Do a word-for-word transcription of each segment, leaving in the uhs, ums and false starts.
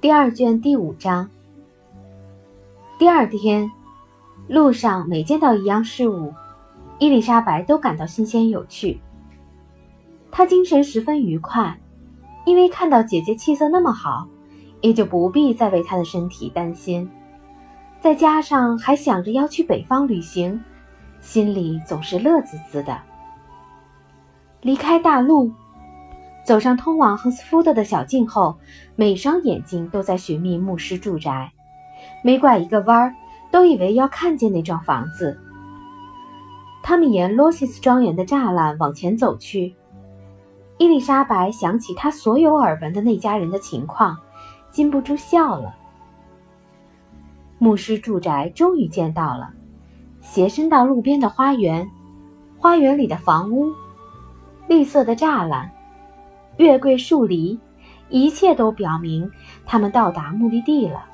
第二卷第五章。第二天，路上每见到一样事物，伊丽莎白都感到新鲜有趣。她精神十分愉快，因为看到姐姐气色那么好，也就不必再为她的身体担心。再加上还想着要去北方旅行，心里总是乐滋滋的。离开大路，走上通往亨斯福德的小径后，每双眼睛都在寻觅牧师住宅，每拐一个弯儿，都以为要看见那幢房子。他们沿罗西斯庄园的栅栏往前走去。伊丽莎白想起她所有耳闻的那家人的情况，禁不住笑了。牧师住宅终于见到了，斜伸到路边的花园，花园里的房屋，绿色的栅栏，月桂树篱，一切都表明他们到达目的地了。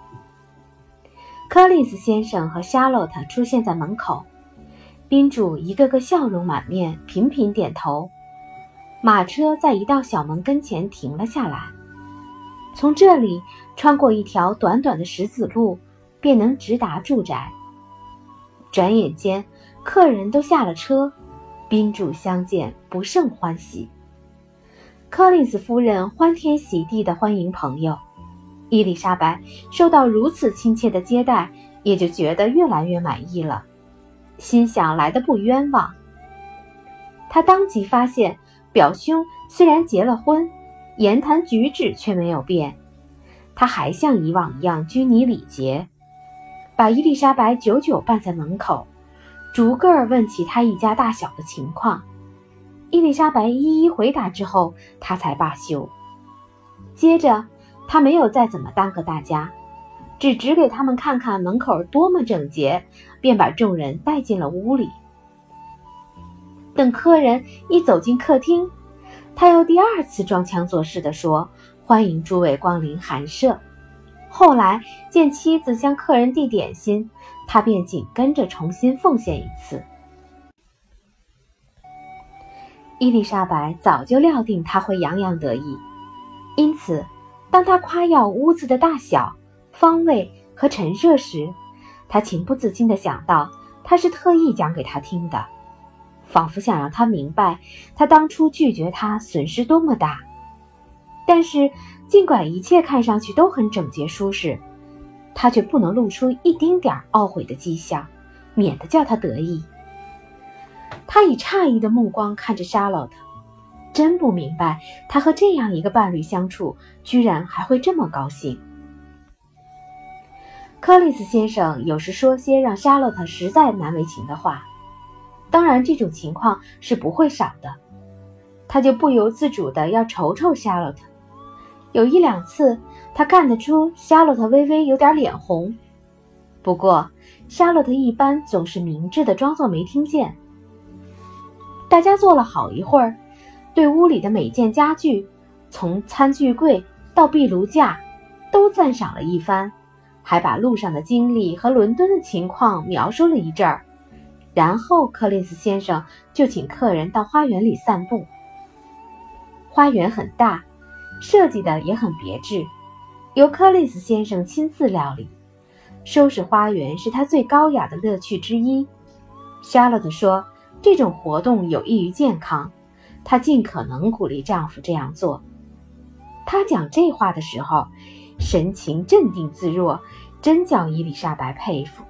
柯林斯先生和夏洛特出现在门口，宾主一个个笑容满面，频频点头。马车在一道小门跟前停了下来，从这里穿过一条短短的石子路，便能直达住宅。转眼间，客人都下了车，宾主相见不胜欢喜。柯林斯夫人欢天喜地地欢迎朋友，伊丽莎白受到如此亲切的接待，也就觉得越来越满意了，心想来得不冤枉。她当即发现表兄虽然结了婚，言谈举止却没有变，他还像以往一样拘泥礼节，把伊丽莎白久久伴在门口，逐个问起他一家大小的情况。伊丽莎白一一回答之后，他才罢休。接着他没有再怎么耽搁大家，只指给他们看看门口多么整洁，便把众人带进了屋里。等客人一走进客厅，他又第二次装腔作势地说：“欢迎诸位光临寒舍。”后来见妻子向客人递点心，他便紧跟着重新奉献一次。伊丽莎白早就料定他会洋洋得意，因此当他夸耀屋子的大小、方位和陈设时，他情不自禁地想到他是特意讲给他听的，仿佛想让他明白他当初拒绝他损失多么大。但是尽管一切看上去都很整洁舒适，他却不能露出一丁点懊悔的迹象，免得叫他得意。他以诧异的目光看着莎洛特，真不明白他和这样一个伴侣相处，居然还会这么高兴。柯林斯先生有时说些让莎洛特实在难为情的话，当然这种情况是不会少的，他就不由自主地要瞅瞅莎洛特。有一两次他看得出莎洛特微微有点脸红，不过莎洛特一般总是明智地装作没听见。大家坐了好一会儿，对屋里的每件家具，从餐具柜到壁炉架，都赞赏了一番，还把路上的经历和伦敦的情况描述了一阵儿。然后柯林斯先生就请客人到花园里散步。花园很大，设计的也很别致，由柯林斯先生亲自料理。收拾花园是他最高雅的乐趣之一。莎洛特说这种活动有益于健康，她尽可能鼓励丈夫这样做。她讲这话的时候，神情镇定自若，真叫伊丽莎白佩服。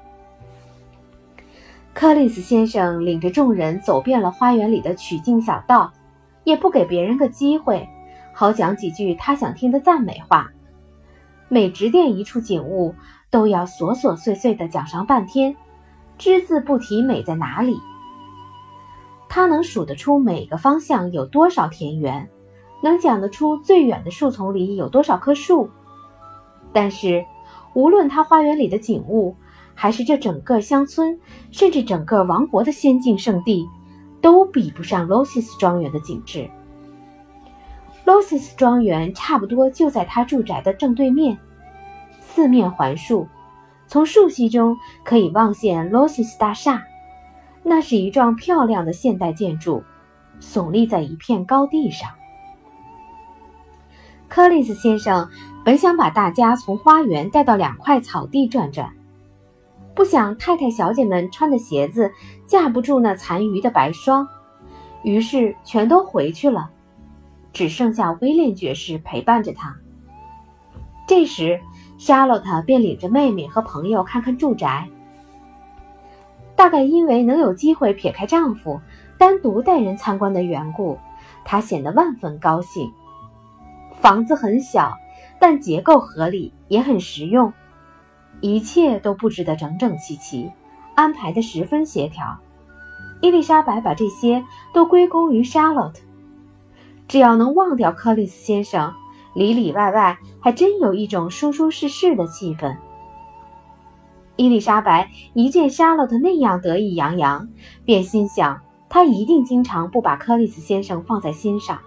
柯林斯先生领着众人走遍了花园里的曲径小道，也不给别人个机会，好讲几句他想听的赞美话。每指点一处景物，都要琐琐碎碎地讲上半天，只字不提美在哪里。他能数得出每个方向有多少田园，能讲得出最远的树丛里有多少棵树。但是无论他花园里的景物，还是这整个乡村，甚至整个王国的仙境圣地，都比不上罗西斯庄园的景致。罗西斯庄园差不多就在他住宅的正对面，四面环树，从树隙中可以望见罗西斯大厦。那是一幢漂亮的现代建筑，耸立在一片高地上。 柯林斯先生本想把大家从花园带到两块草地转转，不想太太小姐们穿的鞋子架不住那残余的白霜，于是全都回去了，只剩下威廉爵士陪伴着他。这时夏洛特便领着妹妹和朋友看看住宅。大概因为能有机会撇开丈夫单独带人参观的缘故，她显得万分高兴。房子很小，但结构合理，也很实用，一切都布置得整整齐齐，安排得十分协调。伊丽莎白把这些都归功于 Charlotte， 只要能忘掉柯林斯先生，里里外外还真有一种舒舒适适的气氛。伊丽莎白一见 Charlotte 那样得意洋洋，便心想她一定经常不把柯林斯先生放在心上。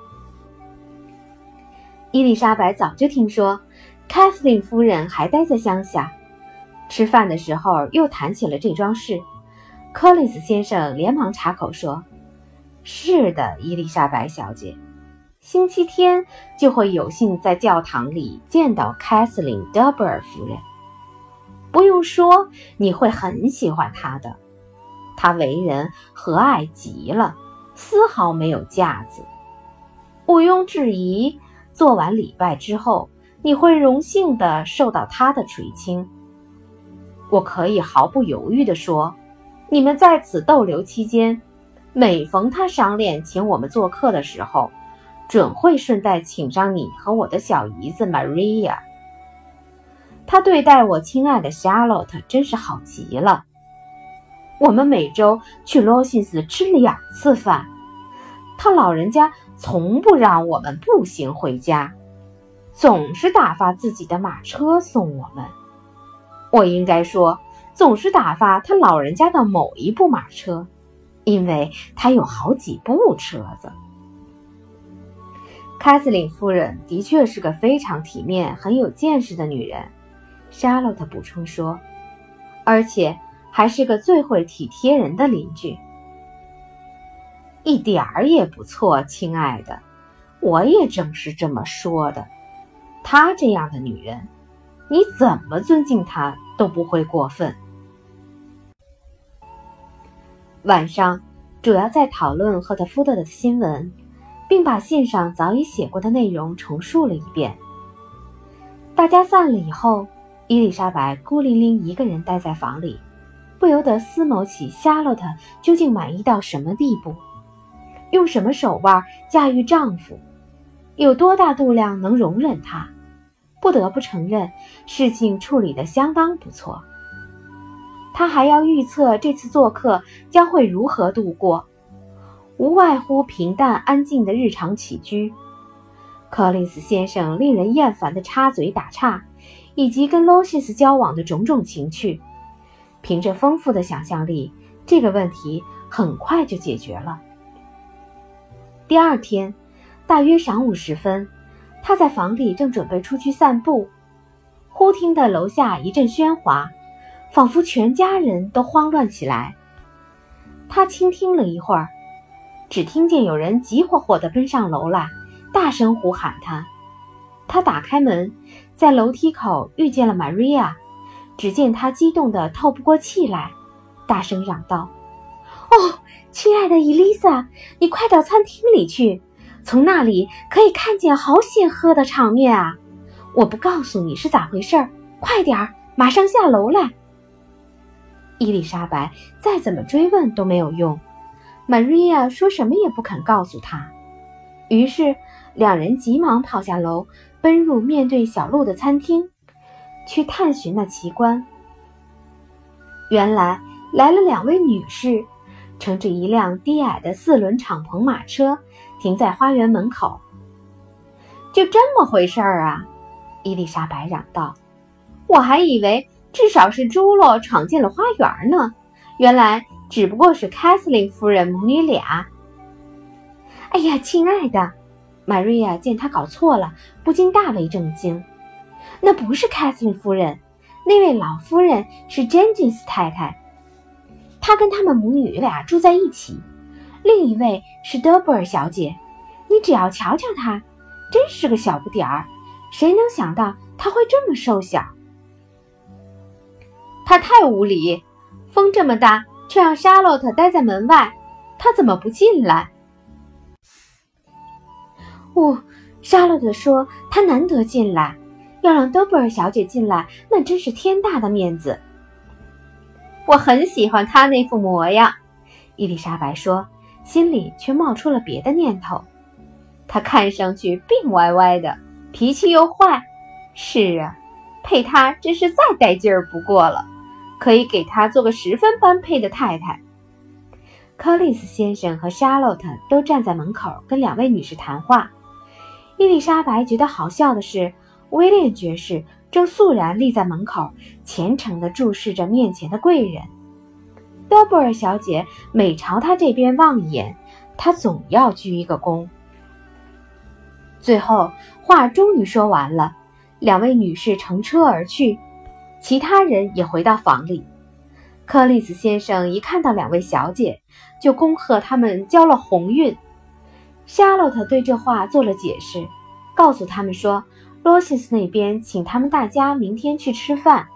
伊丽莎白早就听说凯瑟琳夫人还待在乡下，吃饭的时候又谈起了这桩事。柯林斯先生连忙插口说：是的，伊丽莎白小姐，星期天就会有幸在教堂里见到凯瑟琳·德布尔夫人。不用说，你会很喜欢她的。她为人和蔼极了，丝毫没有架子。毋庸置疑，做完礼拜之后，你会荣幸地受到她的垂青。我可以毫不犹豫地说，你们在此逗留期间，每逢她赏脸请我们做客的时候，准会顺带请上你和我的小姨子 Maria。 她对待我亲爱的 Charlotte 真是好极了。我们每周去罗西斯吃两次饭，她老人家从不让我们步行回家，总是打发自己的马车送我们。我应该说，总是打发他老人家的某一部马车，因为他有好几部车子。凯瑟琳夫人的确是个非常体面、很有见识的女人，莎洛特补充说，而且还是个最会体贴人的邻居。一点儿也不错，亲爱的，我也正是这么说的。她这样的女人，你怎么尊敬她都不会过分。晚上主要在讨论赫特福德的新闻，并把信上早已写过的内容重述了一遍。大家散了以后，伊丽莎白孤零零一个人待在房里，不由得思谋起夏洛特究竟满意到什么地步，用什么手腕驾驭丈夫，有多大度量能容忍他。不得不承认，事情处理得相当不错。他还要预测这次做客将会如何度过，无外乎平淡安静的日常起居，柯林斯先生令人厌烦的插嘴打岔，以及跟罗西斯交往的种种情趣。凭着丰富的想象力，这个问题很快就解决了。第二天大约晌午时分，他在房里正准备出去散步，忽听得楼下一阵喧哗，仿佛全家人都慌乱起来。他倾听了一会儿，只听见有人急火火地奔上楼来，大声呼喊他。他打开门，在楼梯口遇见了 Maria， 只见她激动得透不过气来，大声嚷道：哦，亲爱的伊丽莎，你快到餐厅里去，从那里可以看见好显赫的场面啊！我不告诉你是咋回事，快点儿，马上下楼来。伊丽莎白再怎么追问都没有用，玛瑞亚说什么也不肯告诉她。于是两人急忙跑下楼，奔入面对小路的餐厅，去探寻那奇观。原来来了两位女士，乘着一辆低矮的四轮敞篷马车停在花园门口。就这么回事儿啊，伊丽莎白嚷道，我还以为至少是猪猡闯进了花园呢，原来只不过是凯瑟琳夫人母女俩。哎呀，亲爱的，玛瑞亚见他搞错了，不禁大为震惊。那不是凯瑟琳夫人，那位老夫人是珍金斯太太，她跟他们母女俩住在一起。另一位是德布尔小姐，你只要瞧瞧她， 真是个小不点儿，谁能想到他会这么瘦小？他太无理，风这么大，却让莎洛特待在门外，他怎么不进来？哦，莎洛特说她难得进来，要让德布尔小姐进来，那真是天大的面子。我很喜欢她那副模样，伊丽莎白说，心里却冒出了别的念头。她看上去病歪歪的，脾气又坏。是啊，配她真是再带劲儿不过了，可以给她做个十分般配的太太。柯利斯先生和莎洛特都站在门口跟两位女士谈话。伊丽莎白觉得好笑的是，威廉爵士正肃然立在门口，虔诚地注视着面前的贵人。德布尔小姐每朝他这边望一眼，他总要鞠一个躬。最后话终于说完了，两位女士乘车而去，其他人也回到房里。柯利斯先生一看到两位小姐，就恭贺他们交了鸿运。夏洛特对这话做了解释，告诉他们说，罗西斯那边请他们大家明天去吃饭，